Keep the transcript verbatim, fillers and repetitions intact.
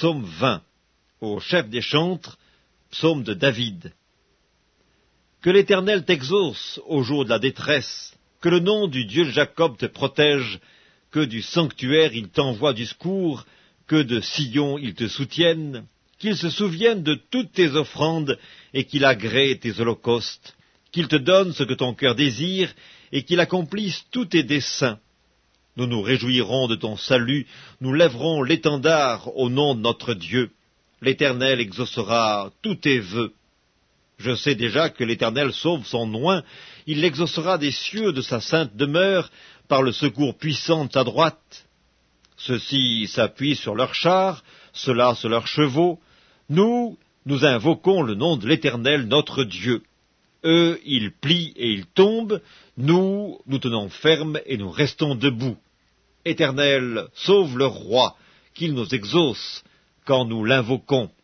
psaume vingt. Au chef des chantres, psaume de David. Que l'Éternel t'exauce au jour de la détresse, que le nom du Dieu de Jacob te protège, que du sanctuaire il t'envoie du secours, que de Sion il te soutienne, qu'il se souvienne de toutes tes offrandes et qu'il agrée tes holocaustes, qu'il te donne ce que ton cœur désire et qu'il accomplisse tous tes desseins. Nous nous réjouirons de ton salut, nous lèverons l'étendard au nom de notre Dieu. L'Éternel exaucera tous tes vœux. Je sais déjà que l'Éternel sauve son oint, il l'exaucera des cieux de sa sainte demeure, par le secours puissant de sa droite. Ceux-ci s'appuient sur leurs chars, ceux-là sur leurs chevaux. Nous, nous invoquons le nom de l'Éternel notre Dieu. Eux, ils plient et ils tombent, nous, nous tenons ferme et nous restons debout. Éternel, sauve le roi, qu'il nous exauce quand nous l'invoquons.